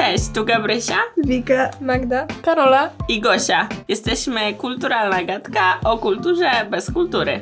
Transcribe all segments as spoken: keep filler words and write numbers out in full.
Cześć, tu Gabrysia, Wika, Magda, Karola i Gosia. Jesteśmy Kulturalna Gadka o kulturze bez kultury.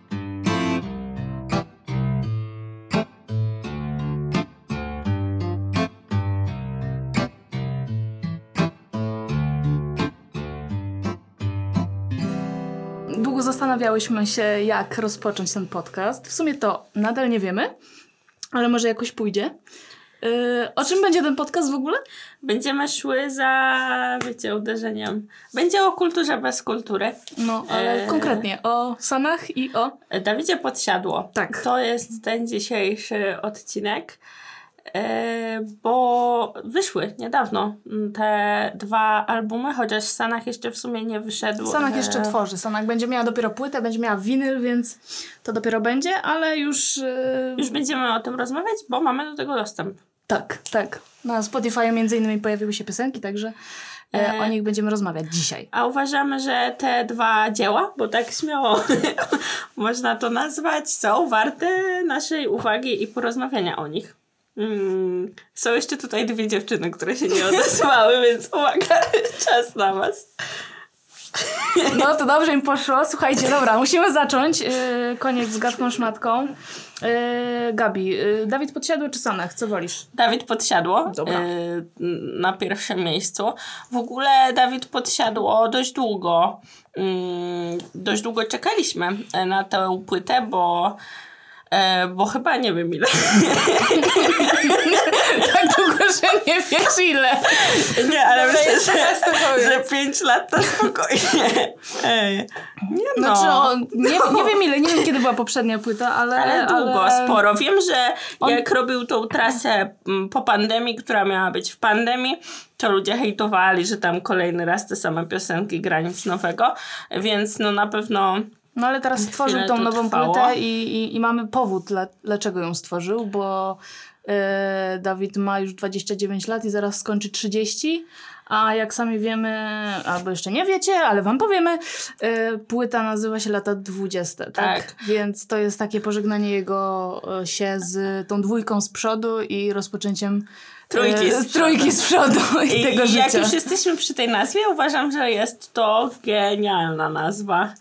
Długo zastanawiałyśmy się, jak rozpocząć ten podcast. W sumie to nadal nie wiemy, ale może jakoś pójdzie. Yy, o czym będzie ten podcast w ogóle? Będziemy szły za, wiecie, uderzeniem. Będzie o kulturze bez kultury. No, ale e... konkretnie o Sanach i o... Dawidzie Podsiadło. Tak. To jest ten dzisiejszy odcinek, e, bo wyszły niedawno te dwa albumy, chociaż Sanach jeszcze w sumie nie wyszedł. Sanach jeszcze tworzy. Sanach będzie miała dopiero płytę, będzie miała winyl, więc to dopiero będzie, ale już... Yy... Już będziemy o tym rozmawiać, bo mamy do tego dostęp. Tak, tak. Na Spotify między innymi pojawiły się piosenki, także e, o nich będziemy rozmawiać dzisiaj. A uważamy, że te dwa dzieła, bo tak śmiało można to nazwać, są warte naszej uwagi i porozmawiania o nich. Mm. Są jeszcze tutaj dwie dziewczyny, które się nie odezwały, więc uwaga, czas na was. No to dobrze im poszło. Słuchajcie, dobra, musimy zacząć. Yy, koniec z gadką szmatką. Yy, Gabi, yy, Dawid Podsiadło czy Sanach? Co wolisz? Dawid Podsiadło. Dobra. Yy, na pierwszym miejscu. W ogóle Dawid Podsiadło dość długo, yy, dość długo czekaliśmy na tę płytę, bo E, bo chyba nie wiem ile. Tak długo, że nie wiesz ile. Nie, ale no myślę, że, że pięć lat to spokojnie. Ej. Nie no. Znaczy, o, nie, nie wiem ile, nie wiem kiedy była poprzednia płyta, ale... Ale długo, ale... sporo. Wiem, że On... jak robił tą trasę po pandemii, która miała być w pandemii, to ludzie hejtowali, że tam kolejny raz te same piosenki, gra nic nowego. Więc no na pewno... No ale teraz stworzył tą nową trwało. płytę i, i, i mamy powód, dla, dlaczego ją stworzył, bo yy, Dawid ma już dwadzieścia dziewięć lat i zaraz skończy trzydzieści, a jak sami wiemy, albo jeszcze nie wiecie, ale wam powiemy, yy, płyta nazywa się Lata dwudzieste, tak? tak? Więc to jest takie pożegnanie jego się z tą dwójką z przodu i rozpoczęciem Trójki z, trójki z przodu i, I tego i życia. Jak już jesteśmy przy tej nazwie, uważam, że jest to genialna nazwa.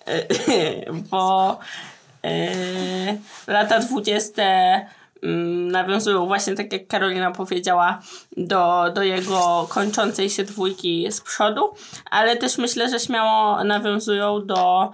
Bo yy, lata dwudzieste yy, nawiązują właśnie, tak jak Karolina powiedziała, do, do jego kończącej się dwójki z przodu, ale też myślę, że śmiało nawiązują do,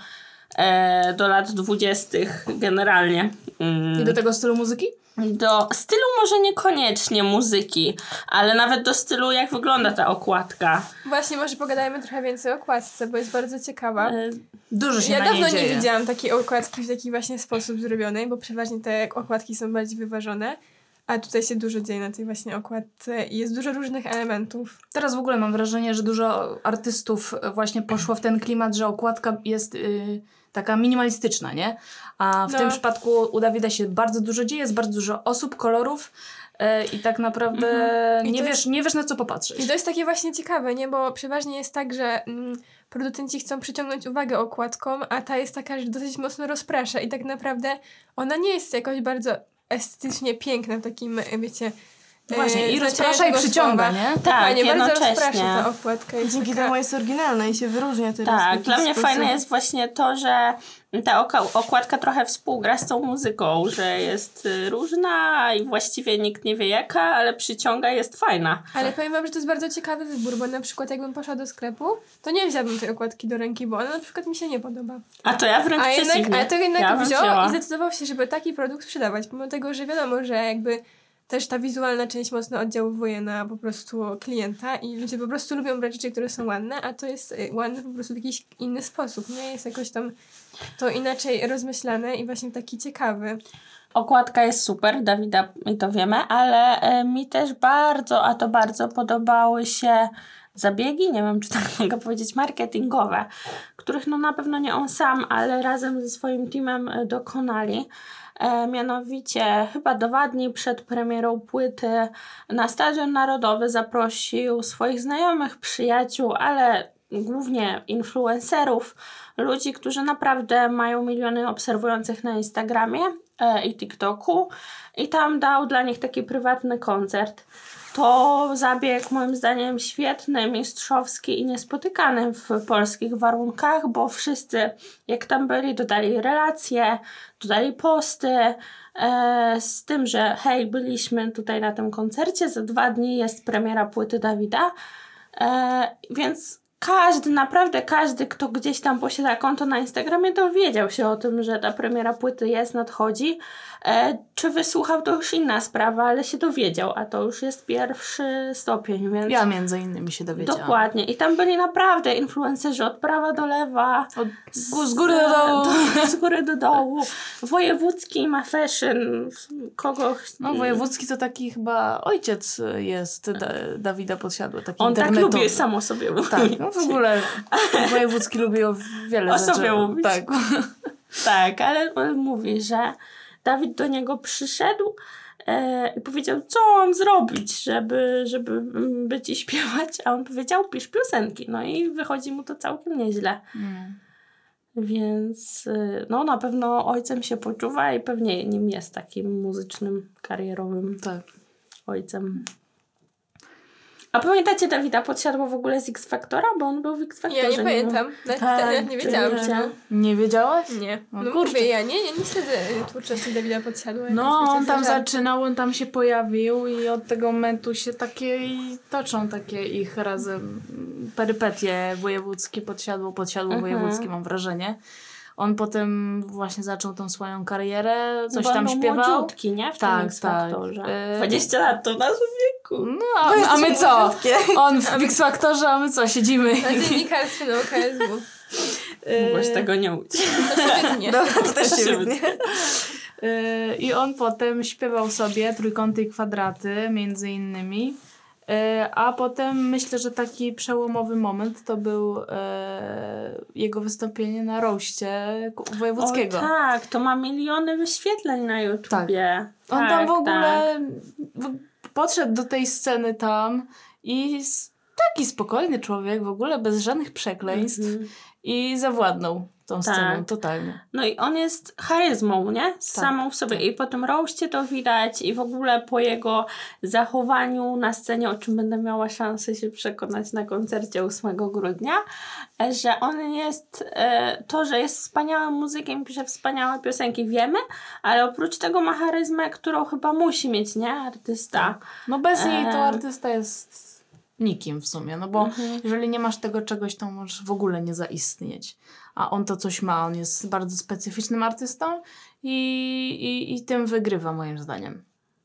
yy, do lat dwudziestych generalnie. Yy. I do tego stylu muzyki? Do stylu może niekoniecznie muzyki, ale nawet do stylu, jak wygląda ta okładka. Właśnie, może pogadajmy trochę więcej o okładce, bo jest bardzo ciekawa. Dużo się ja na dawno niej dzieje. nie widziałam takiej okładki w taki właśnie sposób zrobionej, bo przeważnie te okładki są bardziej wyważone, a tutaj się dużo dzieje na tej właśnie okładce i jest dużo różnych elementów. Teraz w ogóle mam wrażenie, że dużo artystów właśnie poszło w ten klimat, że okładka jest yy, taka minimalistyczna, nie? A w no. tym przypadku u Dawida się bardzo dużo dzieje, jest bardzo dużo osób, kolorów yy, i tak naprawdę mm-hmm. I nie, wiesz, jest, nie wiesz na co popatrzeć. I to jest takie właśnie ciekawe, nie? Bo przeważnie jest tak, że mm, producenci chcą przyciągnąć uwagę okładką, a ta jest taka, że dosyć mocno rozprasza i tak naprawdę ona nie jest jakoś bardzo estetycznie piękna w takim, wiecie... No właśnie, i rozprasza i przyciąga, słowa. nie? Tak, Fajnie, jednocześnie. Bardzo rozprasza ta okładka. Jest Dzięki taka... temu jest oryginalna i się wyróżnia teraz. Tak, dla mnie fajne jest właśnie to, że ta oka- okładka trochę współgra z tą muzyką, że jest różna i właściwie nikt nie wie jaka, ale przyciąga, jest fajna. Ale powiem wam, że to jest bardzo ciekawy wybór, bo na przykład jakbym poszła do sklepu, to nie wzięłabym tej okładki do ręki, bo ona na przykład mi się nie podoba. A to ja wręcz a jednak, przeciwnie. A to jednak ja wziął wzięła. i zdecydował się, żeby taki produkt sprzedawać, pomimo tego, że wiadomo, że jakby też ta wizualna część mocno oddziałuje na po prostu klienta i ludzie po prostu lubią brać rzeczy, które są ładne, a to jest ładne po prostu w jakiś inny sposób, nie? Jest jakoś tam to inaczej rozmyślane i właśnie taki ciekawy. Okładka jest super, Dawida i to wiemy, ale e, mi też bardzo, a to bardzo podobały się zabiegi, nie wiem, czy tak mogę powiedzieć, marketingowe, których no na pewno nie on sam, ale razem ze swoim teamem dokonali. E, mianowicie chyba dwa dni przed premierą płyty na Stadion Narodowy zaprosił swoich znajomych, przyjaciół, ale głównie influencerów, ludzi, którzy naprawdę mają miliony obserwujących na Instagramie e, i TikToku i tam dał dla nich taki prywatny koncert. to zabieg moim zdaniem świetny, mistrzowski i niespotykany w polskich warunkach, bo wszyscy jak tam byli, dodali relacje, dodali posty e, z tym, że hej, byliśmy tutaj na tym koncercie, za dwa dni jest premiera płyty Dawida, e, więc każdy, naprawdę każdy, kto gdzieś tam posiada konto na Instagramie, dowiedział się o tym, że ta premiera płyty jest, nadchodzi. E, czy wysłuchał, to już inna sprawa, ale się dowiedział, a to już jest pierwszy stopień, więc... Ja między innymi się dowiedziałam. Dokładnie. I tam byli naprawdę influencerzy od prawa do lewa. Od, z, z góry do dołu. Do, z góry do dołu. Wojewódzki ma fashion. Kogo... No Wojewódzki to taki chyba ojciec jest da, Dawida Podsiadło. Taki On tak lubi sam samo sobie mówić. Tak, no w ogóle Wojewódzki lubi o wiele o rzeczy. sobie mówić. Tak. Tak, ale on mówi, że Dawid do niego przyszedł e, i powiedział, co mam zrobić, żeby, żeby być i śpiewać, a on powiedział, pisz piosenki. No i wychodzi mu to całkiem nieźle. Mm. Więc no na pewno ojcem się poczuwa i pewnie nim jest takim muzycznym, karierowym tak. ojcem. A pamiętacie Dawida Podsiadło w ogóle z X Factora? Bo on był w X Factorze. Ja nie, nie pamiętam. Nawet tak, nie wiedziałam. Nie, że... nie wiedziałaś? Nie. No, no mówię, ja nie, ja nie śledzę twórczości Dawida Podsiadło. No on tam zaczynał, on tam się pojawił i od tego momentu się takie toczą takie ich razem perypetie wojewódzkie, Podsiadło, Podsiadło mhm. wojewódzkie, mam wrażenie. On potem właśnie zaczął tą swoją karierę, coś no tam był śpiewał. młodziutki, nie? W tak, tym X Factorze. Tak. dwadzieścia lat to w naszym wieku. No, a, a my co? On w X Factorze, a my co? Siedzimy. Na dziennikarstwie na O K S W. Mogłaś tego nie uczyć. Nie. Dobra, to też się wytnie. I on potem śpiewał sobie Trójkąty i Kwadraty, między innymi. A potem myślę, że taki przełomowy moment to był e, jego wystąpienie na roście wojewódzkiego. O, tak, to ma miliony wyświetleń na YouTubie. Tak. On tak, tam w ogóle tak. podszedł do tej sceny tam i taki spokojny człowiek, w ogóle bez żadnych przekleństw mm-hmm. i zawładnął tą tak. sceną totalnie. No i on jest charyzmą, nie? Z tak, samą w sobie. Tak. I po tym roście to widać i w ogóle po jego zachowaniu na scenie, o czym będę miała szansę się przekonać na koncercie ósmego grudnia, że on jest, to, że jest wspaniałym muzykiem, pisze wspaniałe piosenki, wiemy, ale oprócz tego ma charyzmę, którą chyba musi mieć, nie? Artysta. Tak. No bez niej to artysta jest nikim w sumie, no bo mhm. jeżeli nie masz tego czegoś, to możesz w ogóle nie zaistnieć. A on to coś ma, on jest bardzo specyficznym artystą i, i, i tym wygrywa moim zdaniem.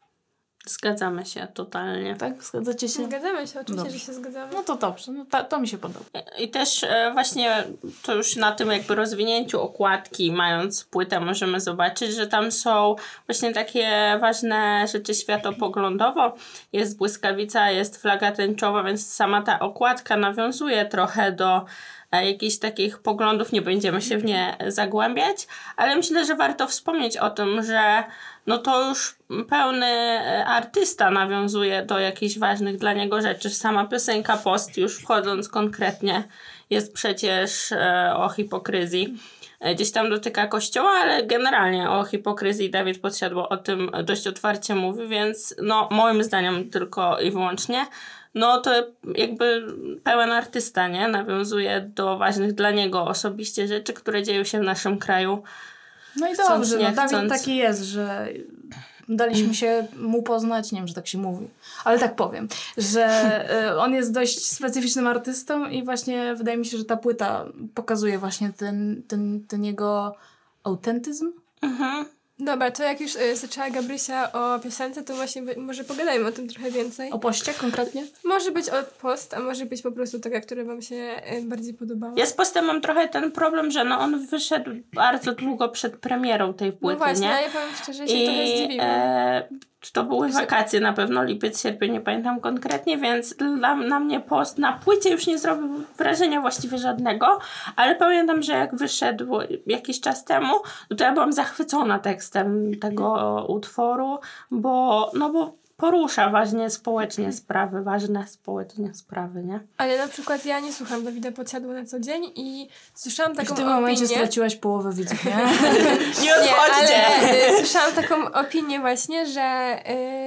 Zgadzamy się totalnie. Tak? Zgadzacie się? Zgadzamy się, oczywiście, dobrze. że się zgadzamy. No to dobrze, no ta, to mi się podoba. I też e, właśnie to już na tym jakby rozwinięciu okładki, mając płytę, możemy zobaczyć, że tam są właśnie takie ważne rzeczy światopoglądowo. Jest błyskawica, jest flaga tęczowa, więc sama ta okładka nawiązuje trochę do e, jakichś takich poglądów. Nie będziemy się w nie zagłębiać, ale myślę, że warto wspomnieć o tym, że no to już pełny artysta nawiązuje do jakichś ważnych dla niego rzeczy. Sama piosenka Post, już wchodząc konkretnie, jest przecież e, o hipokryzji. E, gdzieś tam dotyka kościoła, ale generalnie o hipokryzji Dawid Podsiadło o tym dość otwarcie mówi, więc no moim zdaniem tylko i wyłącznie no to jakby pełen artysta, nie? Nawiązuje do ważnych dla niego osobiście rzeczy, które dzieją się w naszym kraju. No i dobrze, no Dawid taki jest, że daliśmy się mu poznać, nie wiem, że tak się mówi, ale tak powiem, że on jest dość specyficznym artystą i właśnie wydaje mi się, że ta płyta pokazuje właśnie ten, ten, ten jego autentyzm. Mhm. Dobra, to jak już y, zaczęła Gabrysia o piosence, to właśnie by, może pogadajmy o tym trochę więcej. O poście konkretnie? Może być o post, a może być po prostu taka, która wam się y, bardziej podobała. Ja z postem mam trochę ten problem, że no on wyszedł bardzo długo przed premierą tej płyty, no właśnie, nie? No właśnie, ja powiem szczerze, się I, trochę zdziwiłam. E, to były wakacje na pewno, lipiec, sierpień, nie pamiętam konkretnie, więc dla, na mnie post na płycie już nie zrobił wrażenia właściwie żadnego, ale pamiętam, że jak wyszedł jakiś czas temu, no to ja byłam zachwycona tekstem tego utworu, bo no bo porusza ważnie społecznie sprawy, ważne społecznie sprawy, nie? Ale na przykład ja nie słucham Dawida Podsiadło na co dzień i słyszałam taką opinię... W tym momencie straciłaś połowę widzów, nie? Nie odchodźcie! Nie, ale y, słyszałam taką opinię właśnie, że y,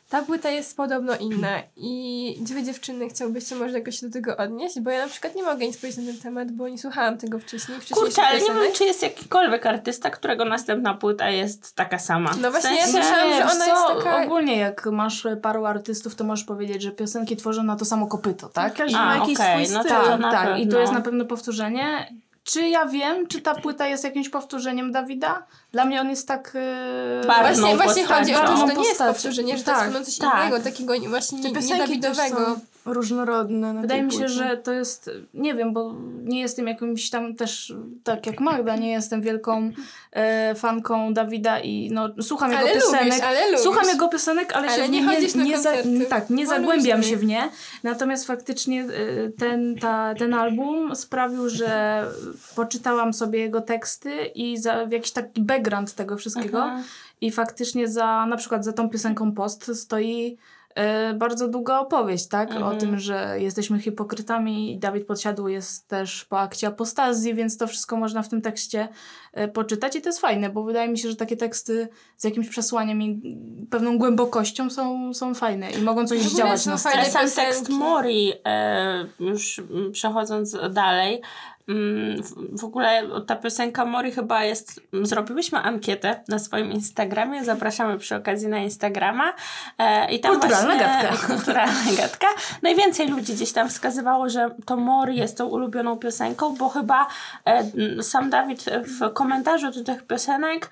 ta płyta jest podobno inna i wy dziewczyny chciałbyście może jakoś do tego odnieść, bo ja na przykład nie mogę nic powiedzieć na ten temat, bo nie słuchałam tego wcześniej. Kurczę, ale nie wiem, czy jest jakikolwiek artysta, którego następna płyta jest taka sama. No właśnie, w sensie, ja słyszałam, że ona co, jest taka... Ogólnie jak masz paru artystów, to możesz powiedzieć, że piosenki tworzą na to samo kopyto, tak? Każdy A, ma jakiś okej, swój no styl. to Tak, na tak. pewno. I to jest na pewno powtórzenie. Czy ja wiem, czy ta płyta jest jakimś powtórzeniem Dawida? Dla mnie on jest tak... Yy... Barwną Właśnie, właśnie chodzi o to, że to postacią. nie jest powtórzenie, że to Tak, jest coś tak. innego, takiego właśnie Te nie, nie piosenki też Dawidowego. są różnorodne na Wydaje tej mi się, płycie. że to jest, nie wiem, bo nie jestem jakimś tam też, tak jak Magda, nie jestem wielką e, fanką Dawida i no, słucham Ale jego piosenek. lubisz, ale lubisz. Słucham jego piosenek, ale, Ale się w nie nie, chodzisz na nie, za, koncerty. tak, nie Bo zagłębiam lubisz się w nie. Natomiast faktycznie e, ten, ta, ten album sprawił, że poczytałam sobie jego teksty i za, w jakiś taki background tego wszystkiego. Aha. I faktycznie za, na przykład za tą piosenką Post stoi e, bardzo długa opowieść, tak? Mhm. O tym, że jesteśmy hipokrytami i Dawid Podsiadły jest też po akcie apostazji, więc to wszystko można w tym tekście e, poczytać i to jest fajne, bo wydaje mi się, że takie teksty z jakimś przesłaniem i pewną głębokością są, są fajne i mogą coś W ogóle zdziałać są na fajne scenie. Ale sam tekst piosenki. Mori, e, już mm, przechodząc dalej, mm, w, w ogóle ta piosenka Mori chyba jest, zrobiłyśmy ankietę na swoim Instagramie, zapraszamy przy okazji na Instagrama e, i tam Kulturalna właśnie, gadka. Kulturalna gadka. Najwięcej ludzi gdzieś tam wskazywało, że to Mori jest tą ulubioną piosenką, bo chyba e, sam Dawid w komentarzu do tych piosenek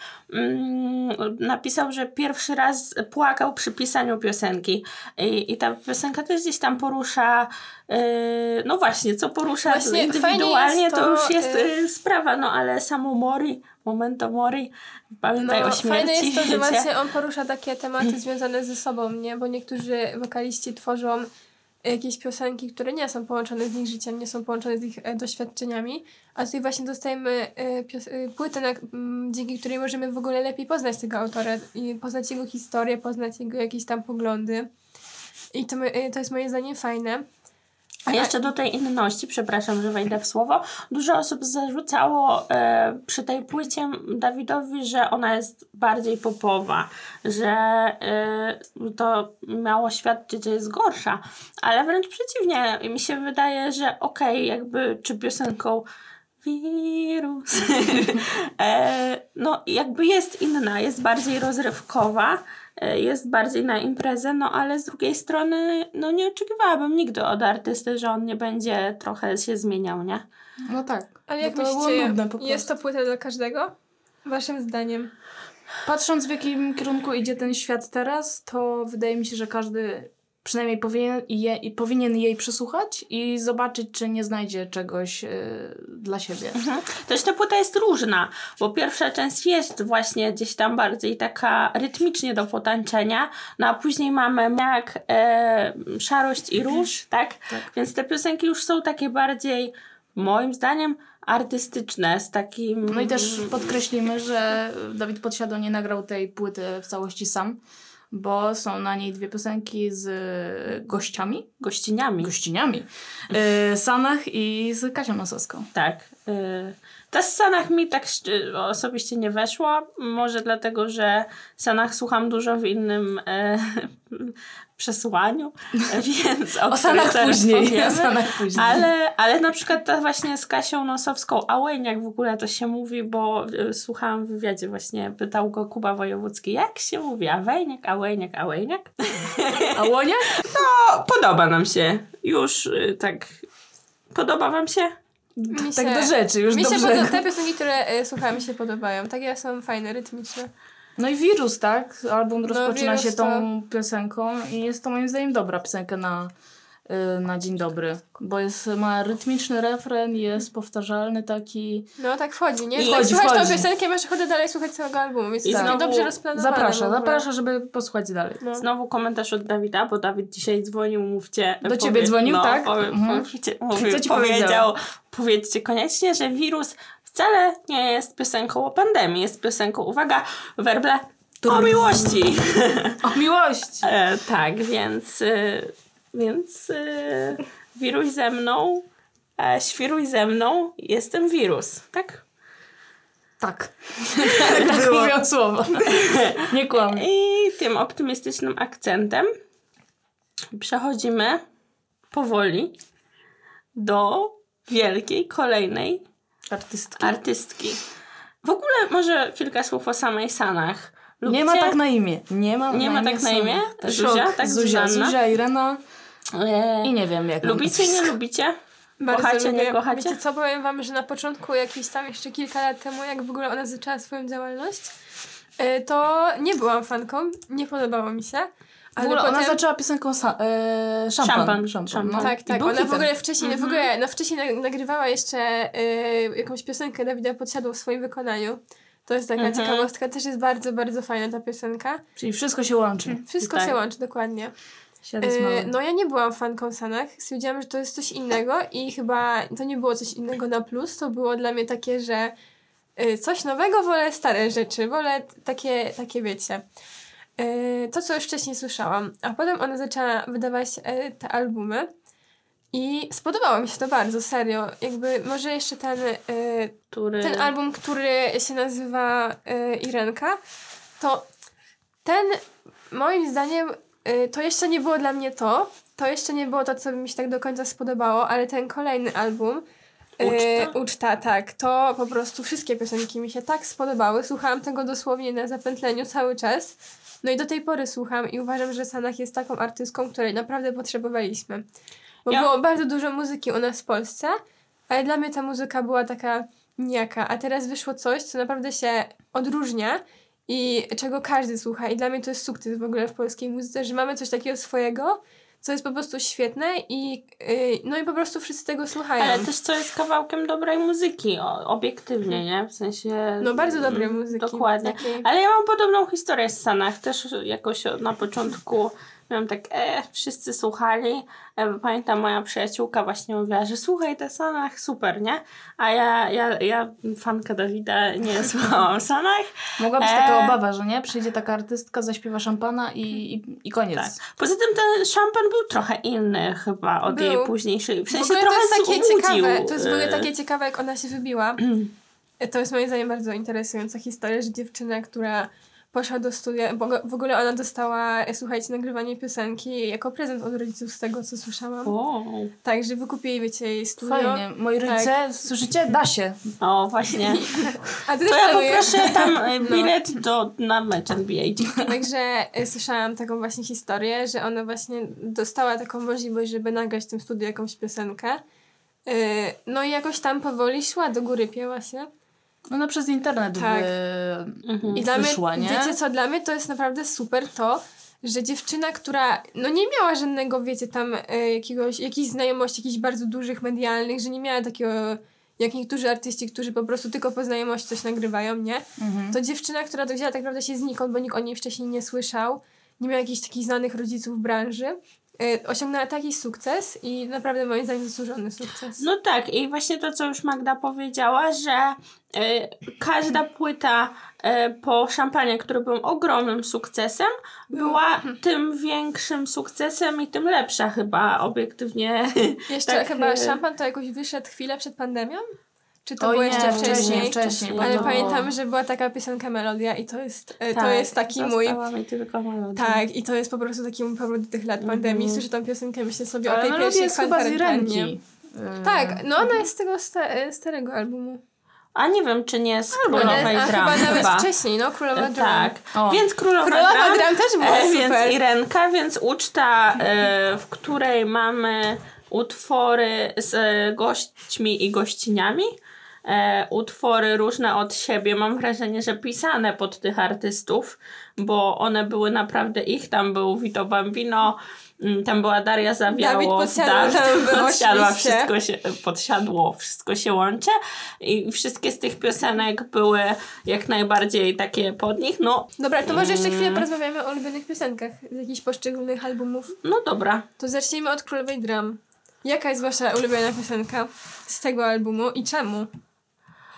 mm, napisał, że pierwszy raz płakał przy pisaniu piosenki i, i ta piosenka też gdzieś tam porusza yy, no właśnie, co porusza Właśnie indywidualnie, jest to, to, już jest yy, yy, sprawa, no ale samo Mori, momento Mori, pamiętaj o śmierci. Fajne jest to, że wiecie. właśnie on porusza takie tematy związane ze sobą, nie? Bo niektórzy wokaliści tworzą jakieś piosenki, które nie są połączone z ich życiem, nie są połączone z ich e, doświadczeniami, a tutaj właśnie dostajemy e, pios- e, płytę, na, m, dzięki której możemy w ogóle lepiej poznać tego autora i poznać jego historię, poznać jego jakieś tam poglądy. I to, e, to jest moim zdaniem fajne. A jeszcze do tej inności, przepraszam, że wejdę w słowo, dużo osób zarzucało e, przy tej płycie Dawidowi, że ona jest bardziej popowa, że e, to miało świadczyć, że jest gorsza, ale wręcz przeciwnie, mi się wydaje, że okej, okay, jakby czy piosenką wirus, e, no jakby jest inna, jest bardziej rozrywkowa, jest bardziej na imprezę, no ale z drugiej strony no nie oczekiwałabym nigdy od artysty, że on nie będzie trochę się zmieniał, nie? No tak. Ale jak Bo to było myślicie, nudne po jest to prostu. płyta dla każdego? Waszym zdaniem? Patrząc w jakim kierunku idzie ten świat teraz, to wydaje mi się, że każdy przynajmniej powinien, je, i powinien jej przesłuchać i zobaczyć, czy nie znajdzie czegoś yy, dla siebie. Mhm. Też ta płyta jest różna, bo pierwsza część jest właśnie gdzieś tam bardziej taka rytmicznie do potańczenia, no a później mamy jak e, Szarość i Róż, tak? Tak. Więc te piosenki już są takie bardziej, moim zdaniem, artystyczne, z takim... No i też podkreślimy, że Dawid Podsiadło nie nagrał tej płyty w całości sam, bo są na niej dwie piosenki z gościami, gościniami. gościniami, yy, Sanach i z Kasią Nosowską. Tak. Y, ta z Sanach mi tak szczy- osobiście nie weszła. Może dlatego, że Sanach słucham dużo w innym e, przesłaniu, więc o, O Sanach później. powiemy. O Sanach później. Ale, ale na przykład ta właśnie z Kasią Nosowską, a Łejniak w ogóle to się mówi, bo y, słuchałam w wywiadzie właśnie, pytał go Kuba Wojewódzki, jak się mówi, a Wejniak, a Łejniak, a Łejniak? A Łonia? No, podoba nam się. Już y, tak... Podoba wam się? Mi Tak się- do rzeczy, już Mi do się brzegu. poda- te piosenki, które y, słucham, mi się podobają. Takie są fajne, rytmiczne. No i Wirus, tak? Album rozpoczyna Wirus się to- tą piosenką i jest to moim zdaniem dobra piosenka na, y, na dzień dobry, bo jest, ma rytmiczny refren, jest powtarzalny taki. No tak wchodzi, nie? I Jak wchodzi, słuchasz tą wchodzi. piosenkę, masz ochotę dalej słuchać całego albumu, więc I jest znowu dobrze rozplanowane. Zaprasza, w ogóle. zaprasza, żeby posłuchać dalej. No. Znowu komentarz od Dawida, bo Dawid dzisiaj dzwonił, mówcie... Do ciebie dzwonił, no, tak? Powie, Mhm. mówcie, mówił, Co ci powiedział, powiedział? powiedzcie koniecznie, że Wirus wcale nie jest piosenką o pandemii, jest piosenką, uwaga, werble, o miłości. O miłości! e, tak, więc, y, więc y, wiruj ze mną, e, świruj ze mną, jestem wirus, tak? Tak. Tak mówią słowa. Nie kłamię. I tym optymistycznym akcentem przechodzimy powoli do wielkiej, kolejnej Artystki. artystki. W ogóle może kilka słów o samej Sanach. Lubicie? Nie ma tak na imię. Nie ma, nie na, ma tak na imię? Zuzia, tak Zuzia, Zuzanna. Zuzia, Irena E, i nie wiem jak. lubicie, nie lubicie? Bardzo Kochacie, lubię. nie kochacie? Wiecie co, powiem wam, że na początku, jakieś tam jeszcze kilka lat temu, jak w ogóle ona zaczęła swoją działalność, y, to nie byłam fanką, nie podobało mi się. W Ale ogóle potem... ona zaczęła piosenką sa- e, szampan. Szampan. szampan, Szampan. no. Tak, I tak. był Ona w hitem. ogóle wcześniej, Mhm. w ogóle, no wcześniej na- nagrywała jeszcze y, jakąś piosenkę Dawida Podsiadło w swoim wykonaniu. To jest taka Mhm. ciekawostka, też jest bardzo, bardzo fajna ta piosenka. Czyli wszystko się łączy. Wszystko Tak. się łączy, dokładnie. Świat jest mały. Y, no ja nie byłam fanką Sanach, stwierdziłam, że to jest coś innego i chyba to nie było coś innego na plus, to było dla mnie takie, że y, coś nowego, wolę stare rzeczy, wolę t- takie, takie wiecie, y, to co już wcześniej słyszałam, a potem ona zaczęła wydawać y, te albumy i spodobało mi się to bardzo, serio, jakby może jeszcze ten, y, Który... ten album, który się nazywa y, Irenka, to ten moim zdaniem y, to jeszcze nie było dla mnie to. To jeszcze nie było to, co mi się tak do końca spodobało, ale ten kolejny album y, Uczta? Uczta, tak. To po prostu wszystkie piosenki mi się tak spodobały. Słuchałam tego dosłownie na zapętleniu cały czas. No i do tej pory słucham i uważam, że Sanach jest taką artystką, której naprawdę potrzebowaliśmy. Bo Ja- było bardzo dużo muzyki u nas w Polsce, ale dla mnie ta muzyka była taka nijaka. A teraz wyszło coś, co naprawdę się odróżnia i czego każdy słucha. I dla mnie to jest sukces w ogóle w polskiej muzyce, że mamy coś takiego swojego, co jest po prostu świetne i yy, no i po prostu wszyscy tego słuchają. Ale też co jest kawałkiem dobrej muzyki, o, obiektywnie, nie? W sensie... No bardzo dobrej mm, muzyki. Dokładnie. Takiej- Ale ja mam podobną historię z Sanach. Też jakoś na początku miałam tak, e, wszyscy słuchali. E, pamiętam, moja przyjaciółka właśnie mówiła, że słuchaj te Sanach, super, nie? A ja, ja, ja fanka Dawida, nie słuchałam Sanach. Mogła być e- taka obawa, że nie? Przyjdzie taka artystka, zaśpiewa szampana i, i, i koniec. Tak. Poza tym ten szampan był trochę inny chyba od Był. jej późniejszej. W W sensie ogóle trochę to jest takie złudził, ciekawe, to jest w ogóle e, takie ciekawe, jak ona się wybiła. To jest moim zdaniem bardzo interesująca historia, że dziewczyna, która poszła do studia, bo w ogóle ona dostała, słuchajcie, nagrywanie piosenki jako prezent od rodziców z tego, co słyszałam. O, Tak, że wykupili, wiecie, jej studio. Fajnie. Moi rodzice, Tak. słyszycie? Da się. o, właśnie. A ty To też ja planujesz? poproszę tam e, bilet do, na mecz N B A. Także y, słyszałam taką właśnie historię, że ona właśnie dostała taką możliwość, żeby nagrać w tym studiu jakąś piosenkę. Y, no i jakoś tam powoli szła, do góry pięła się. Ona przez internet Tak. wy... Mhm. I dla mnie, wyszła, nie? wiecie co, dla mnie to jest naprawdę super to, że dziewczyna, która no nie miała żadnego, wiecie, tam y, jakiegoś, jakichś znajomości, jakichś bardzo dużych, medialnych, że nie miała takiego, jak niektórzy artyści, którzy po prostu tylko po znajomości coś nagrywają, nie? Mhm. To dziewczyna, która to wzięła tak naprawdę się znikąd, bo nikt o niej wcześniej nie słyszał, nie miała jakichś takich znanych rodziców w branży, y, osiągnęła taki sukces i naprawdę moim zdaniem zasłużony sukces. No tak, i właśnie to, co już Magda powiedziała, że y, każda płyta y, po Szampanie, który był ogromnym sukcesem, była tym większym sukcesem i tym lepsza chyba obiektywnie. Jeszcze tak, chyba y, Szampan to jakoś wyszedł chwilę przed pandemią? Czy to Oj, było nie, jeszcze wcześniej, wcześniej? wcześniej. bo Ale to- pamiętam, że była taka piosenka Melodia i to jest, e, to tak, jest taki mój... została mi tylko melodia. Tak, i to jest po prostu taki mój powrót do tych lat pandemii. Słyszę tą piosenkę, myślę sobie o Ale tej melodia pierwszej jest chyba z kwarantannie. Irenki. Y, Tak, no ona jest z tego sta- e, starego albumu. A nie wiem, czy nie z Ona Królowej jest, a Dram. chyba nawet chyba. wcześniej, no Królowa E, Dram. Tak, O. więc Królowa, Królowa Dram, Dram też była e, super. Więc Irenka, więc uczta, e, w której mamy utwory z e, gośćmi i gościniami. E, utwory różne od siebie, mam wrażenie, że pisane pod tych artystów, bo one były naprawdę ich, tam był Vito Bambino, mm, tam była Daria Zawiało, Dawid Podsiadło Dawid tam był Podsiadła, oczywiście. wszystko się podsiadło, wszystko się łączy i wszystkie z tych piosenek były jak najbardziej takie pod nich, no, Dobra, to może jeszcze chwilę porozmawiamy o ulubionych piosenkach z jakichś poszczególnych albumów. no dobra. To zacznijmy od Królowej Dram. Jaka jest wasza ulubiona piosenka z tego albumu i czemu?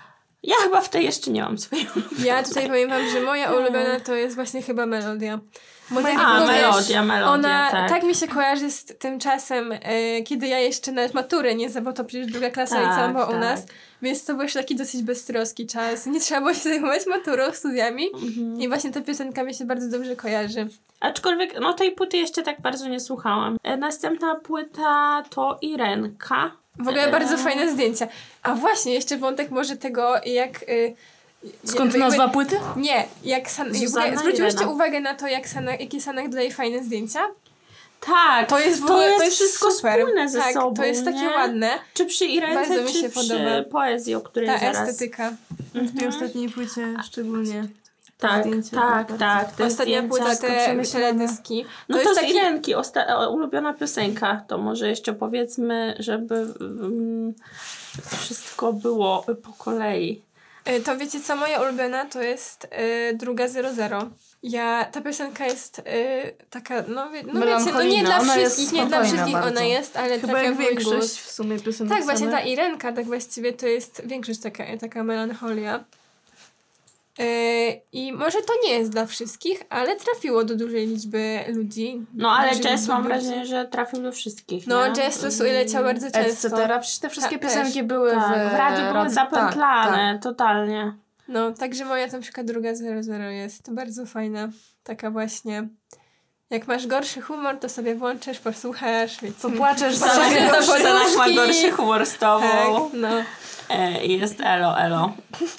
Ja chyba w tej jeszcze nie mam swojej ulubionej. Ja tutaj powiem wam, że moja ulubiona to jest właśnie chyba Melodia. Bo tak A, jak melodia, mówisz, melodia, ona tak. tak mi się kojarzy z tym czasem, e, kiedy ja jeszcze nawet maturę nie znam, bo to przecież druga klasa Tak, liceum była tak. u nas, więc to był jeszcze taki dosyć beztroski czas. Nie trzeba było się zajmować maturą, studiami Mhm. i właśnie ta piosenka mi się bardzo dobrze kojarzy. Aczkolwiek, no tej płyty jeszcze tak bardzo nie słuchałam. E, Następna płyta to Irenka. W ogóle E, bardzo fajne zdjęcia. A właśnie, jeszcze wątek może tego, jak... Y, Skąd jakby- nazwa płyty? Nie, jak San... Zuzanna jakby, zwróciłyście Irena. uwagę na to, jak Sanach, jakie Sanach daje fajne zdjęcia? Tak, To jest w to ogóle, jest to jest wszystko super. wspólne ze tak, sobą, to jest takie nie? ładne. Czy przy Irence, Bardzo mi czy się przy podoba. poezji, o której Ta zaraz... estetyka. W tej ostatniej płycie szczególnie. Tak, zdjęcia tak, bardzo. tak. Te Ostatnia zdjęcia, płyta, wszystko te przemyślane. teledyski. No to, jest z taki... Irenki, osta- o, ulubiona piosenka. To może jeszcze powiedzmy, żeby mm, wszystko było po kolei. Y, To wiecie co, moja ulubiona to jest y, druga zero zero. Ja, ta piosenka jest y, taka, no, wie, no wiecie, no nie dla Ona jest wszystkich, nie dla spokojna wszystkich bardzo. ona jest, ale Chyba trafia jak w mój większość gust. w sumie piosenek Tak, właśnie ta samych. Irenka, tak właściwie to jest większość taka, taka melancholia. Yy, I może to nie jest dla wszystkich, ale trafiło do dużej liczby ludzi. No ale Dużej jazz liczby mam ludzi. wrażenie, że trafił do wszystkich. No nie? jazz to sobie leciał bardzo et często. cetera. Przecież te wszystkie Ta- piosenki też. były Tak, w, w radiu były rad- zapętlane, tak, totalnie. No, także moja na przykład druga zero zero jest bardzo fajna. Taka właśnie... Jak masz gorszy humor, to sobie włączysz, posłuchasz, wiecie. Popłaczesz Patrz, za jak to Sanach ma poduszki. gorszy humor z tobą. Tak, no. E, I jest elo, elo.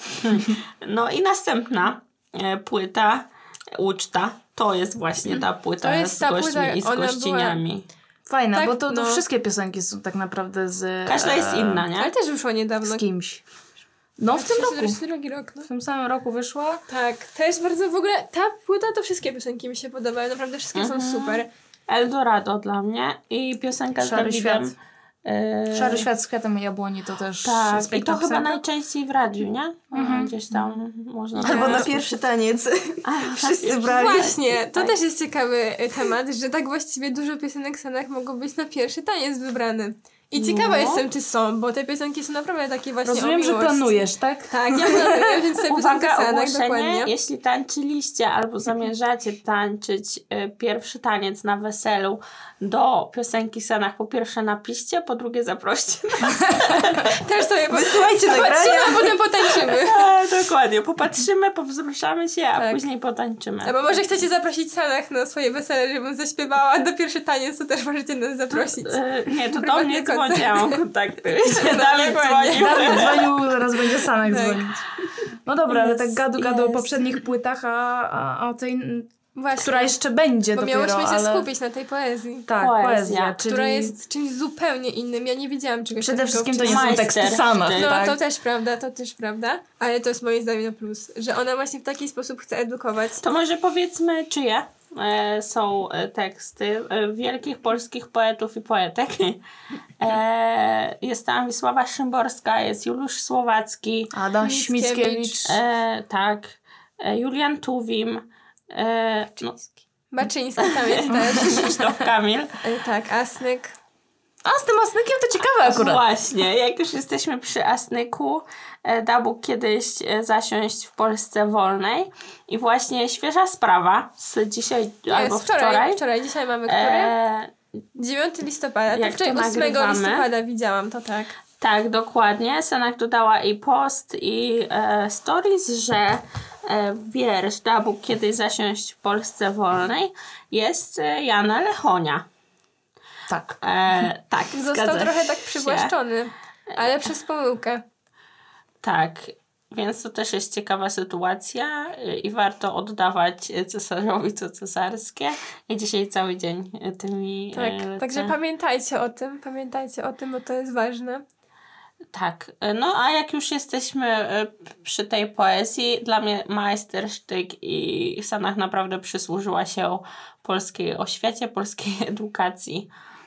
No i następna e, płyta, Uczta. To jest właśnie ta płyta To jest z ta gośćmi płyta, i z ona była- gościniami. Fajna, Tak, bo to, to no. wszystkie piosenki są tak naprawdę z... Każda jest e, inna, nie? Ale też wyszło niedawno. Z kimś. No w tym roku. Drugi rok, no. W tym samym roku wyszła. Tak, to jest bardzo w ogóle, ta płyta to wszystkie piosenki mi się podobają, naprawdę wszystkie Mhm. są super. Eldorado dla mnie i piosenka z Szary Dawidem. świat. e, Szary świat z kwiatem jabłoni to też Tak, jest i piękna to chyba piosenka. najczęściej w radiu, nie? Mhm. Gdzieś tam można... Albo było na usłyszeć. pierwszy taniec. A, Wszyscy brali. Właśnie, to Tak. też jest ciekawy y, temat, że tak właściwie dużo piosenek w Stanach mogło być na pierwszy taniec wybrany. I ciekawa No. jestem, czy są, bo te piosenki są naprawdę takie właśnie Rozumiem, o że miłości. planujesz, tak? Tak, ja planuję, więc te piosenki w Uwaga, Stanach ogłoszenie, dokładnie. jeśli tańczyliście albo zamierzacie tańczyć y, pierwszy taniec na weselu do piosenki w Stanach, po pierwsze napiszcie, po drugie zaproście nas. Też sobie Wysyłajcie popatrzymy, nagrania. a potem potańczymy. E, dokładnie, popatrzymy, powzruszamy się, a Tak. później potańczymy. Albo może chcecie zaprosić Stanach na swoje wesele, żebym zaśpiewała do pierwszy taniec, to też możecie nas zaprosić. E, nie, to do Prywatny mnie koncert. dzwoni, ja mam kontakty. No, Dawid dokładnie. dzwonił. Dawid dzwonił, zaraz będzie Sanek Tak. dzwonić. No dobra, ale tak Jest, gadu gadu o jest. poprzednich płytach, a, a, a o tej, Właśnie, która jeszcze będzie bo dopiero, miałyśmy się ale... skupić na tej poezji. Tak, Poezja, poezja, czyli Która jest czymś zupełnie innym. Ja nie wiedziałam czegoś przede takiego wszystkim to nie wcześniej. są Majster. teksty Sanach, No, No, tak? to też prawda, to też prawda. Ale to jest moim zdaniem na plus, że ona właśnie w taki sposób chce edukować. To może powiedzmy, czyje e, są e, teksty e, wielkich polskich poetów i poetek. E, jest tam Wisława Szymborska, jest Juliusz Słowacki, Adam Mickiewicz. Śmickiewicz. e, tak, e, Julian Tuwim, e, no, Baczyński tam jest też. Krzysztof Kamil. E, tak, Asnyk. A z tym Asnykiem to ciekawe akurat. Właśnie, jak już jesteśmy przy Asnyku, e, dał Bóg kiedyś e, zasiąść w Polsce wolnej i właśnie świeża sprawa z dzisiaj albo Jest, wczoraj. wczoraj, wczoraj, dzisiaj mamy który? E, dziewiątego listopada. To jak wczoraj to ósmego nagrywamy? listopada widziałam, to tak. Tak, dokładnie. Sanach dodała i post, i e, stories, że e, wiersz Da Bóg kiedyś zasiąść w Polsce wolnej jest e, Jana Lechonia. Tak. E, tak, Został zgadza trochę tak się. przywłaszczony, ale przez pomyłkę. Tak, więc to też jest ciekawa sytuacja e, i warto oddawać cesarzowi co cesarskie. I dzisiaj cały dzień e, tymi Tak, e, lecę. także pamiętajcie o tym, pamiętajcie o tym, bo to jest ważne. Tak, no a jak już jesteśmy e, przy tej poezji, dla mnie majstersztyk i Sanach naprawdę przysłużyła się polskiej oświecie, polskiej edukacji.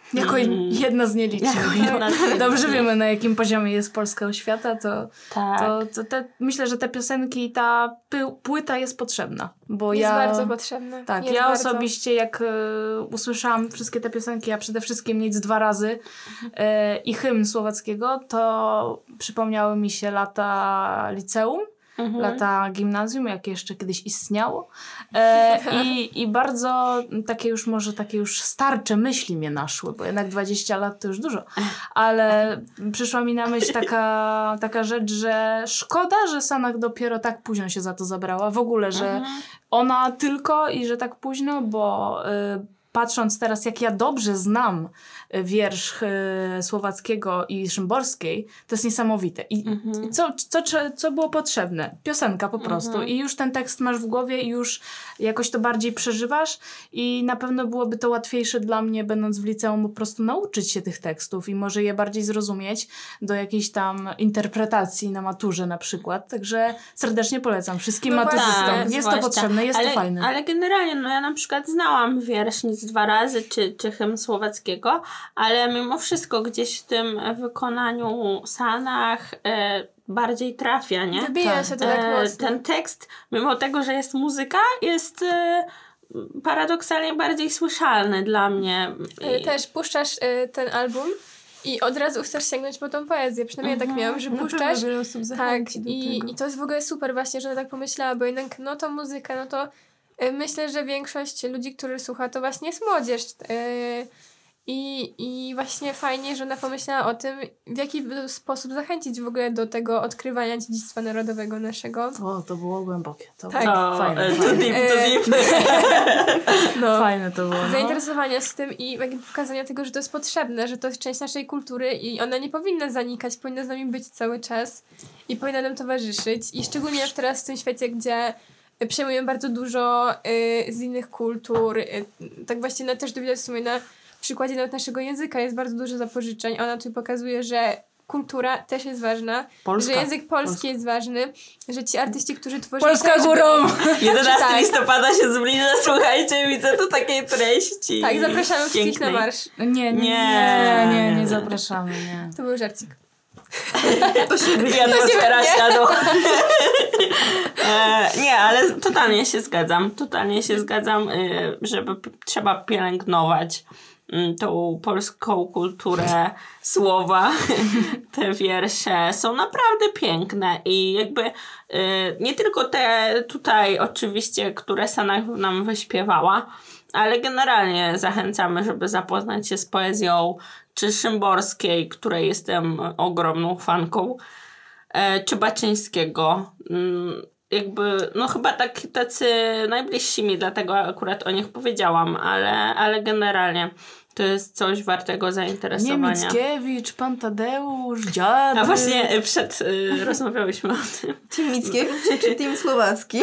Jako jedna z nielicznych. Jedna z Dobrze wiemy, na jakim poziomie jest polska oświata, to, Tak. to, to te, myślę, że te piosenki i ta py, płyta jest potrzebna. Bo Jest ja, bardzo potrzebna. Tak, jest ja bardzo... osobiście jak e, usłyszałam wszystkie te piosenki, a przede wszystkim Nic dwa razy e, i hymn słowackiego, to przypomniały mi się lata liceum. Mhm. Lata gimnazjum, jak jeszcze kiedyś istniało. E, i, I bardzo takie już może takie już starcze myśli mnie naszły, bo jednak dwadzieścia lat to już dużo. Ale przyszła mi na myśl taka, taka rzecz, że szkoda, że Sanach dopiero tak późno się za to zabrała. W ogóle, że Mhm. ona tylko i że tak późno, bo y, patrząc teraz, jak ja dobrze znam wiersz y, Słowackiego i Szymborskiej, to jest niesamowite. I Mhm. co, co, co, co było potrzebne? Piosenka po prostu. Mhm. I już ten tekst masz w głowie i już jakoś to bardziej przeżywasz i na pewno byłoby to łatwiejsze dla mnie, będąc w liceum, po prostu nauczyć się tych tekstów i może je bardziej zrozumieć do jakiejś tam interpretacji na maturze na przykład. Także serdecznie polecam wszystkim No maturzystom. właśnie, jest zwłaszcza. to potrzebne, jest ale, to fajne. Ale generalnie, no ja na przykład znałam wiersz Nic dwa razy, czy, czy hymn słowackiego, ale mimo wszystko gdzieś w tym wykonaniu Sanach e, bardziej trafia, nie? Wybija Tak. się to tak E, mocno. ten tekst, mimo tego, że jest muzyka, jest e, paradoksalnie bardziej słyszalny dla mnie. Y, I- Też puszczasz y, ten album i od razu chcesz sięgnąć po tą poezję. Przynajmniej ja tak miałam, że Na puszczasz. pewno wiele osób Tak, zachęci do i, tego. i to jest w ogóle super właśnie, że ona tak pomyślała, bo jednak no to muzyka, no to y, myślę, że większość ludzi, którzy słucha, to właśnie jest młodzież. Y, I, I właśnie fajnie, że ona pomyślała o tym, w jaki sposób zachęcić w ogóle do tego odkrywania dziedzictwa narodowego naszego. O, to było głębokie. To Tak. było to, fajne. e, to fajne. deep, to E, deep. No. Fajne to było. No. Zainteresowania z tym i jakby pokazania tego, że to jest potrzebne, że to jest część naszej kultury i ona nie powinna zanikać, powinna z nami być cały czas i powinna nam towarzyszyć. I szczególnie jak teraz w tym świecie, gdzie przejmujemy bardzo dużo y, z innych kultur, y, tak właśnie no, też to widać w sumie na przykładzie nawet naszego języka jest bardzo dużo zapożyczeń, a ona tu pokazuje, że kultura też jest ważna, Polska. że język polski Polska. jest ważny, że ci artyści, którzy tworzyli... Polska też górą! jedenastego Tak. listopada się zbliża, słuchajcie, widzę tu takiej treści. Tak, zapraszamy wszystkich na pięknej. marsz. Nie, nie, nie, Nie. nie, nie zapraszamy, nie. To był żarcik. To się wyje atmosfera śladu. e, nie, ale totalnie się zgadzam. Totalnie się zgadzam, y, żeby p- trzeba pielęgnować y, tą polską kulturę słowa. Te wiersze są naprawdę piękne i jakby y, nie tylko te tutaj oczywiście, które Sanach nam wyśpiewała, ale generalnie zachęcamy, żeby zapoznać się z poezją czy Szymborskiej, której jestem ogromną fanką, e, czy Baczyńskiego. Mm, jakby, no chyba tak, tacy najbliżsi mi, dlatego akurat o nich powiedziałam, ale, ale generalnie to jest coś wartego zainteresowania. Niemickiewicz, pan Tadeusz, dziady. A właśnie y, przed y, rozmawiałyśmy o tym. Team Mickiewicz czy Team Słowacki?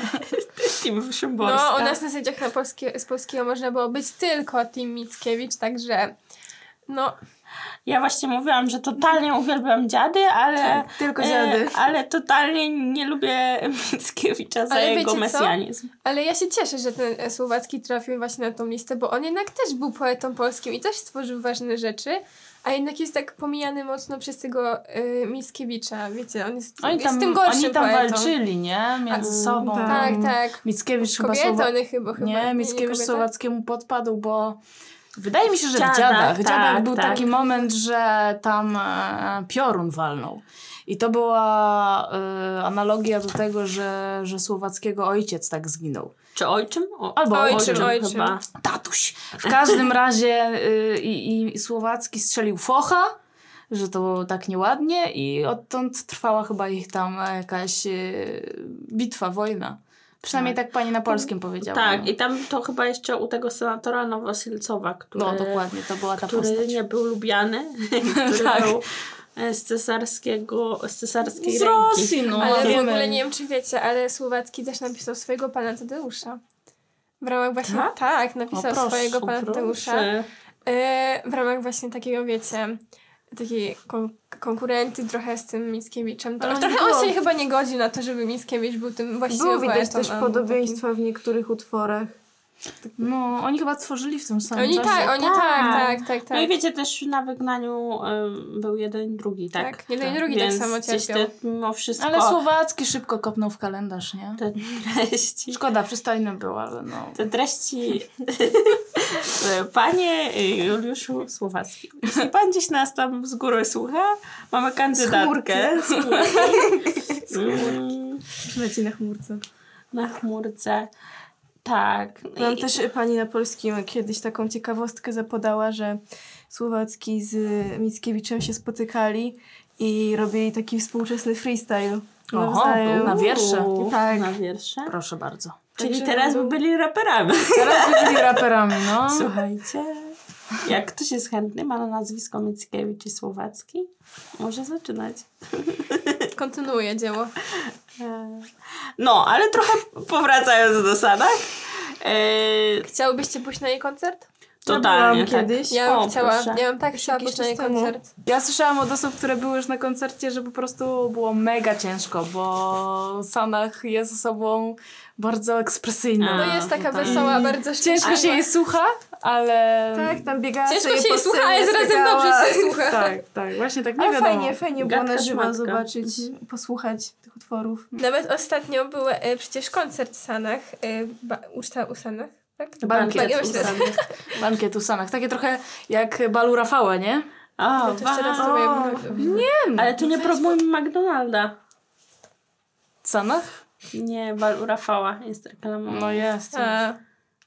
Team Szymborska. No, u nas na sędziach na polskie, z polskiego można było być tylko Team Mickiewicz, także no, Ja właśnie mówiłam, że totalnie uwielbiam dziady, ale, Tak, tylko dziady. E, ale totalnie nie lubię Mickiewicza za Ale jego wiecie co? mesjanizm. ale ja się cieszę, że ten e, Słowacki trafił właśnie na tą listę, bo on jednak też był poetą polskim i też stworzył ważne rzeczy, a jednak jest tak pomijany mocno przez tego y, Mickiewicza, wiecie, on jest, Oni jest tam, tym gorszym oni tam poetą. walczyli, nie? Między A, sobą. tak. Tak, Tam tak. Mickiewicz chyba Kobiety Słowa... one chyba, chyba Nie, Mickiewicz kobieta? Słowackiemu podpadł, bo wydaje mi się, że w Dziadach, dziadach. W dziadach tak, był tak. taki moment, że tam e, piorun walnął. I to była e, analogia do tego, że, że Słowackiego ojciec tak zginął. Czy ojczym? O, Albo Ojczym, ojczym. chyba. Tatuś. W każdym razie y, i, i Słowacki strzelił focha, że to tak nieładnie i odtąd trwała chyba ich tam jakaś y, bitwa, wojna. Przynajmniej tak, pani na polskim powiedziała. Tak, no. i tam to chyba jeszcze u tego senatora Nowosilcowa, który, No dokładnie, to była ta który postać. nie był lubiany, który Tak. był z cesarskiego, z cesarskiej Z ręki. Rosji, no. Ale w wiemy. ogóle nie wiem, czy wiecie, ale Słowacki też napisał swojego pana Tadeusza. W ramach właśnie, Tak? tak, napisał O, proszę, swojego pana Proszę. Tadeusza. E, w ramach właśnie takiego, wiecie, takiej kon- konkurenty trochę z tym Mickiewiczem. To, Ale trochę było- on się chyba nie godził na to, żeby Mickiewicz był tym właściwym Było widać poetą, też a on był podobieństwa w niektórych utworach. No, oni chyba tworzyli w tym samym Oni czasie. tak, oni tak, tak, tak, tak. No i wiecie, też na wygnaniu um, był jeden i drugi, tak? Tak, jeden i drugi Więc tak samo gdzieś cierpiał. te, mimo wszystko Ale Słowacki szybko kopnął w kalendarz, nie? te treści... Szkoda, przystojny był, ale no. Te treści... Panie Juliuszu Słowacki, jeśli pan gdzieś nas tam z góry słucha, mamy kandydatkę. Mm, Przyleci na chmurce. na chmurce. Tak. Mam I- też pani na polskim kiedyś taką ciekawostkę zapodała, że Słowacki z Mickiewiczem się spotykali i robili taki współczesny freestyle. Oho, Nawzajem. na wiersze. Uuu, Tak. Na wiersze. Proszę bardzo. Czyli Także teraz by był- byli raperami. Teraz by byli raperami, no. Słuchajcie, jak ktoś jest chętny, ma na nazwisko Mickiewicz i Słowacki, może zaczynać. Kontynuuje dzieło. E, No, ale trochę powracając do Sanach. E, Chciałybyście pójść na jej koncert? totalnie byłam tak. kiedyś. Ja bym O, chciała, proszę. ja bym tak chciała jakiś pójść na jej czas temu. koncert. Ja słyszałam od osób, które były już na koncercie, że po prostu było mega ciężko, bo Sanach jest osobą bardzo ekspresyjną. A, No jest taka tak. wesoła, bardzo Ciężko się szczęśliwa. jej słucha, ale... Tak, tam biegała Ciężko sobie się po jej słucha, scenie, ale zarazem skakała. dobrze się słucha. Tak, tak, właśnie tak, nie Ale wiadomo. fajnie, fajnie było Gadka na żywo szmatka. zobaczyć, Mhm. posłuchać tych utworów. Nawet ostatnio był e, przecież koncert w Sanach, e, ba, uczta u Sanach, tak? Bankiet Tak, ja u myślę, że- Sanach. Bankiet u Sanach. Takie trochę jak balu Rafała, nie? O, No to jeszcze raz wow. sobie O, jakby- Ale tu nie promujmy McDonalda. Sanach? Nie, bal u Rafała jest reklama. No jest. A.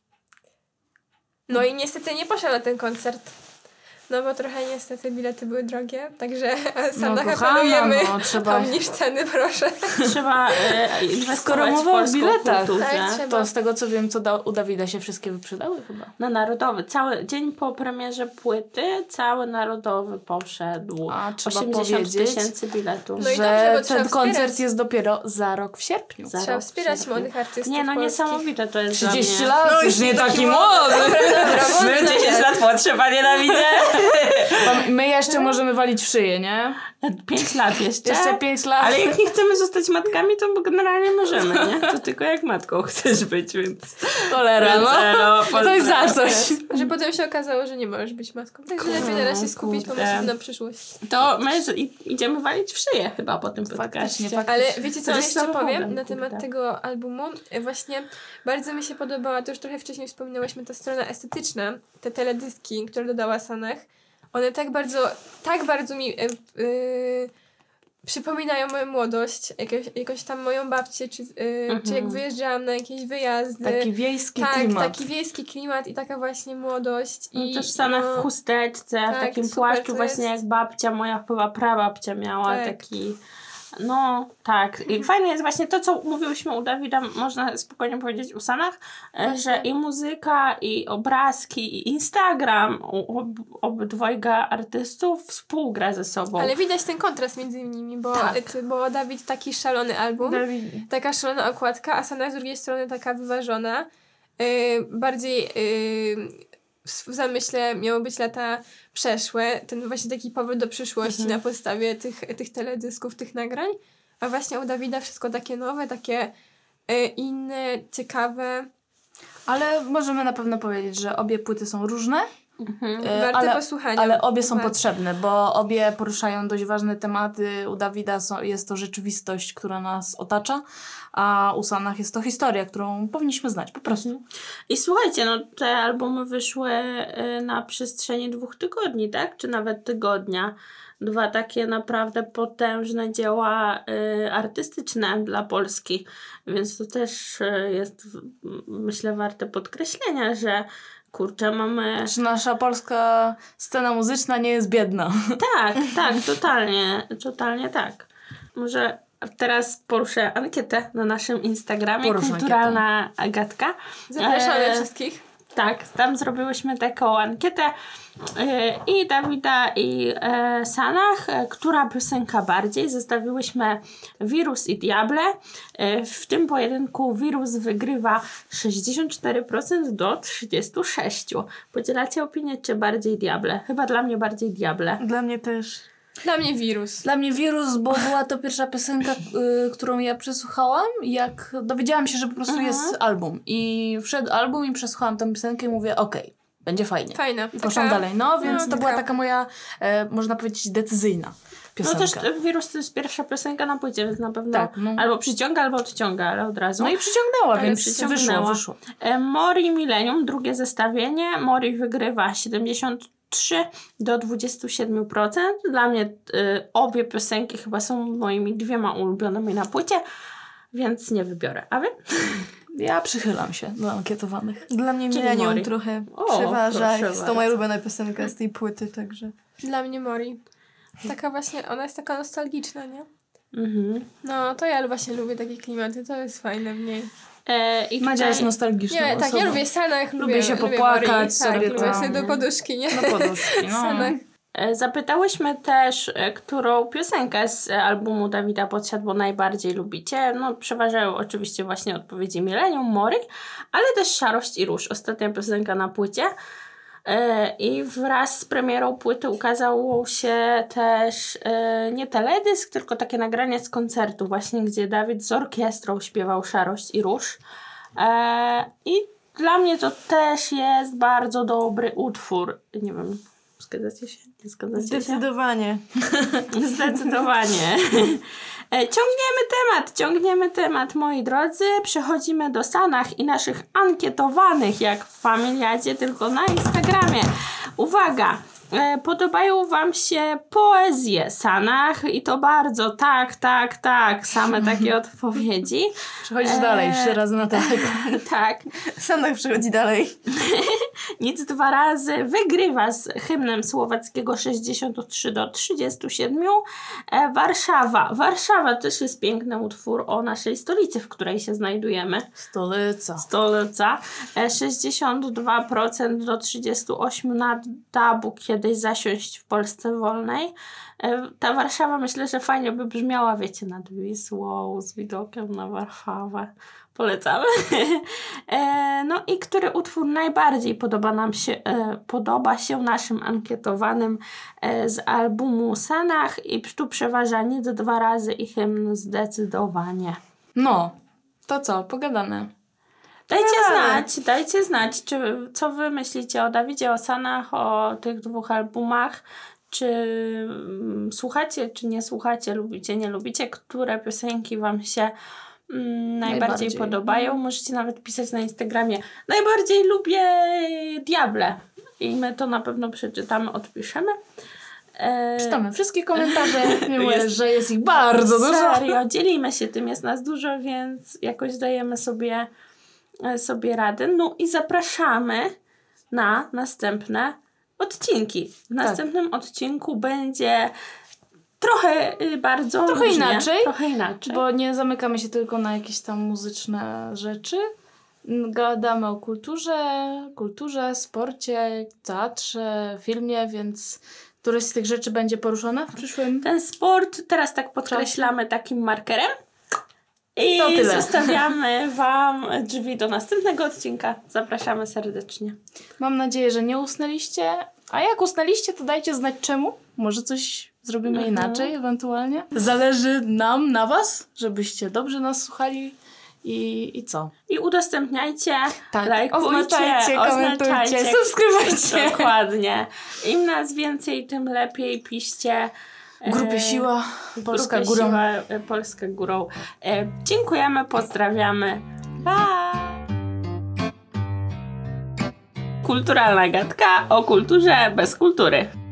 No i niestety nie poszła na ten koncert. No bo trochę niestety bilety były drogie, także No Sanach kochana, apelujemy. no trzeba... Obniż ceny, proszę. Trzeba e, inwestować Skoro w mowa o polską biletach, kulturę. tak, trzeba. To z tego co wiem, co da, u Dawida się wszystkie wyprzedały chyba. Na Narodowy. Cały dzień po premierze płyty, cały Narodowy poszedł. A trzeba osiemdziesiąt powiedzieć, tysięcy biletów. No i że dobrze, bo trzeba ten koncert wspierać. jest dopiero za rok w sierpniu. Za Trzeba rok wspierać sierpnia. młodych artystów Nie, no polskich. niesamowite to jest trzydzieści dla mnie. lat, No już i nie taki taki młody. My dziesięć lat młodsze, panie Dawidzie. My jeszcze możemy walić w szyję, nie? pięć lat jeszcze. Jeszcze pięć lat. Ale jak nie chcemy zostać matkami, to generalnie możemy, nie? To tylko jak matką chcesz być, więc... Cholera, Więc, no. e, no, To jest za coś. Że potem się okazało, że nie możesz być matką. Także lepiej teraz się skupić po kurde. prostu na przyszłość. To my z- i- idziemy walić w szyję chyba po tym Faktycznie, podcaście. faktycznie. Ale wiecie co To wam jest jeszcze samochodem, powiem na kurde. temat tego albumu? E, Właśnie bardzo mi się podobała, to już trochę wcześniej wspominałyśmy, ta strona estetyczna, te teledyski, które dodała Sanach. One tak bardzo, tak bardzo mi e, e, przypominają moją młodość, jakieś, jakąś tam moją babcię, czy, e, czy jak wyjeżdżałam na jakieś wyjazdy. Taki wiejski tak, klimat. taki wiejski klimat i taka właśnie młodość. No I, też w Stanach no, w chusteczce, w tak, takim super płaszczu to właśnie jest. jak babcia, moja chyba prababcia miała Tak. taki... No, tak. I fajne jest właśnie to, co mówiłyśmy u Dawida, można spokojnie powiedzieć u Sanach, e, Właśnie. że i muzyka, i obrazki, i Instagram u ob, obydwojga artystów współgra ze sobą. Ale widać ten kontrast między nimi, bo, Tak. ty- bo Dawid taki szalony album, taka szalona okładka, a Sana z drugiej strony taka wyważona. Yy, bardziej yy, w w zamyśle miały być lata przeszłe, ten właśnie taki powrót do przyszłości Mhm. na podstawie tych, tych teledysków, tych nagrań. A właśnie u Dawida wszystko takie nowe, takie yy, inne, ciekawe. Ale możemy na pewno powiedzieć, że obie płyty są różne, Mhm. e, Warte ale, posłuchania. ale obie są Warte. potrzebne, bo obie poruszają dość ważne tematy. U Dawida są, jest to rzeczywistość, która nas otacza, a u Sanach jest to historia, którą powinniśmy znać po prostu. I słuchajcie, no te albumy wyszły y, na przestrzeni dwóch tygodni, tak? Czy nawet tygodnia. Dwa takie naprawdę potężne dzieła y, artystyczne dla Polski. Więc to też y, jest, w- myślę, warte podkreślenia, że kurczę, mamy... Czy nasza polska scena muzyczna nie jest biedna? Tak, tak, totalnie, totalnie tak. Może teraz poruszę ankietę na naszym Instagramie, Porusz Kulturalna Agatka. Zapraszamy E, wszystkich. Tak, tam zrobiłyśmy taką ankietę e, i Dawida i e, Sanach, e, która piosenka bardziej. Zostawiłyśmy Wirus i Diable. E, w tym pojedynku Wirus wygrywa sześćdziesiąt cztery procent do trzydzieści sześć procent. Podzielacie opinię, czy bardziej Diable? Chyba dla mnie bardziej Diable. Dla mnie też. Dla mnie Wirus. Dla mnie Wirus, bo była to pierwsza piosenka, y, którą ja przesłuchałam, jak dowiedziałam się, że po prostu mhm. jest album. I wszedł album i przesłuchałam tę piosenkę i mówię, okej, okay, będzie fajnie. Fajna. I poszłam dalej. No, więc no, to taka... była taka moja, e, można powiedzieć, decyzyjna piosenka. No też Wirus to jest pierwsza piosenka na płycie, więc na pewno tak, no. albo przyciąga, albo odciąga, ale od razu. No i przyciągnęła, ale więc przyciągnęła. wyszło, wyszło. E, Mori Millennium, drugie zestawienie. Mori wygrywa siedemdziesiąt trzy do dwudziestu siedmiu procent. Dla mnie y, obie piosenki chyba są moimi dwiema ulubionymi na płycie, więc nie wybiorę. A wy? Ja przychylam się do ankietowanych. Dla mnie Czyli Millennium Mori. trochę O, przeważa. Jest to moja ulubiona piosenka z tej płyty, także... Dla mnie Mori. Taka właśnie, ona jest taka nostalgiczna, nie? Mhm. No, to ja właśnie lubię takie klimaty, to jest fajne w niej. E, i Madzia tutaj... jest nostalgiczną Nie, tak, osobą. ja lubię Sanach, lubię, lubię się lubię popłakać Mori, sobie tak, lubię tam. sobie do poduszki, nie? Do poduszki, no. Sanach. E, zapytałyśmy też, e, którą piosenkę z albumu Dawida Podsiadło najbardziej lubicie. No, przeważają oczywiście właśnie odpowiedzi Millennium, Mori, ale też Szarość i Róż, ostatnia piosenka na płycie. I wraz z premierą płyty ukazał się też e, nie teledysk, tylko takie nagranie z koncertu właśnie, gdzie Dawid z orkiestrą śpiewał Szarość i Róż. E, I dla mnie to też jest bardzo dobry utwór. Nie wiem, zgadzacie się? Nie zgadzacie Zdecydowanie. się? Zdecydowanie. Ciągniemy temat, ciągniemy temat, moi drodzy. Przechodzimy do Sanach i naszych ankietowanych, jak w Familiadzie, tylko na Instagramie. Uwaga! Podobają wam się poezje Sanach i to bardzo, tak, tak, tak, same takie odpowiedzi. Przechodzisz e... dalej, trzy razy na tak. Tak. Sanach przechodzi dalej. Nic dwa razy wygrywa z hymnem słowackiego sześćdziesiąt trzy do trzydziestu siedmiu. E, Warszawa. Warszawa też jest piękny utwór o naszej stolicy, w której się znajdujemy. Stolica. Stolica. E, sześćdziesiąt dwa procent do trzydziestu ośmiu na dabu kiedyś zasiąść w Polsce wolnej. E, ta Warszawa myślę, że fajnie by brzmiała, wiecie, nad Wisłą, z widokiem na Warszawę. Polecamy. e, no i który utwór najbardziej podoba nam się, e, podoba się naszym ankietowanym e, z albumu Sanach i tu przeważa Nic dwa razy i hymn zdecydowanie. No, to co? Pogadane. Dajcie znać, dajcie znać, czy, co wy myślicie o Dawidzie, o Sanach, o tych dwóch albumach. Czy mm, słuchacie, czy nie słuchacie, lubicie, nie lubicie, które piosenki wam się Mm, najbardziej, najbardziej podobają. Możecie nawet pisać na Instagramie. Najbardziej lubię Diable. I my to na pewno przeczytamy, odpiszemy. E... Czytamy wszystkie komentarze, mimo jest... że jest ich bardzo dużo. Serio, dzielimy się tym, jest nas dużo, więc jakoś dajemy sobie, sobie radę. No i zapraszamy na następne odcinki. W następnym tak. odcinku będzie Trochę y, bardzo Trochę różnie. inaczej, Trochę inaczej. Bo nie zamykamy się tylko na jakieś tam muzyczne rzeczy. Gadamy o kulturze, kulturze, sporcie, teatrze, filmie, więc któreś z tych rzeczy będzie poruszone w przyszłym. Ten sport teraz tak podkreślamy czasie. Takim markerem. I to tyle. Zostawiamy wam drzwi do następnego odcinka. Zapraszamy serdecznie. Mam nadzieję, że nie usnęliście. A jak usnęliście, to dajcie znać czemu. Może coś zrobimy mhm. inaczej ewentualnie. Zależy nam na was, żebyście dobrze nas słuchali i, i co? I udostępniajcie, tak. lajkujcie, oznaczajcie, komentujcie, subskrybujcie. Dokładnie. Im nas więcej, tym lepiej. Piszcie. Grupie Siła, Polska Grupie Górą. Siła, Polska Górą. E, dziękujemy, pozdrawiamy. Pa! Kulturalna gadka o kulturze bez kultury.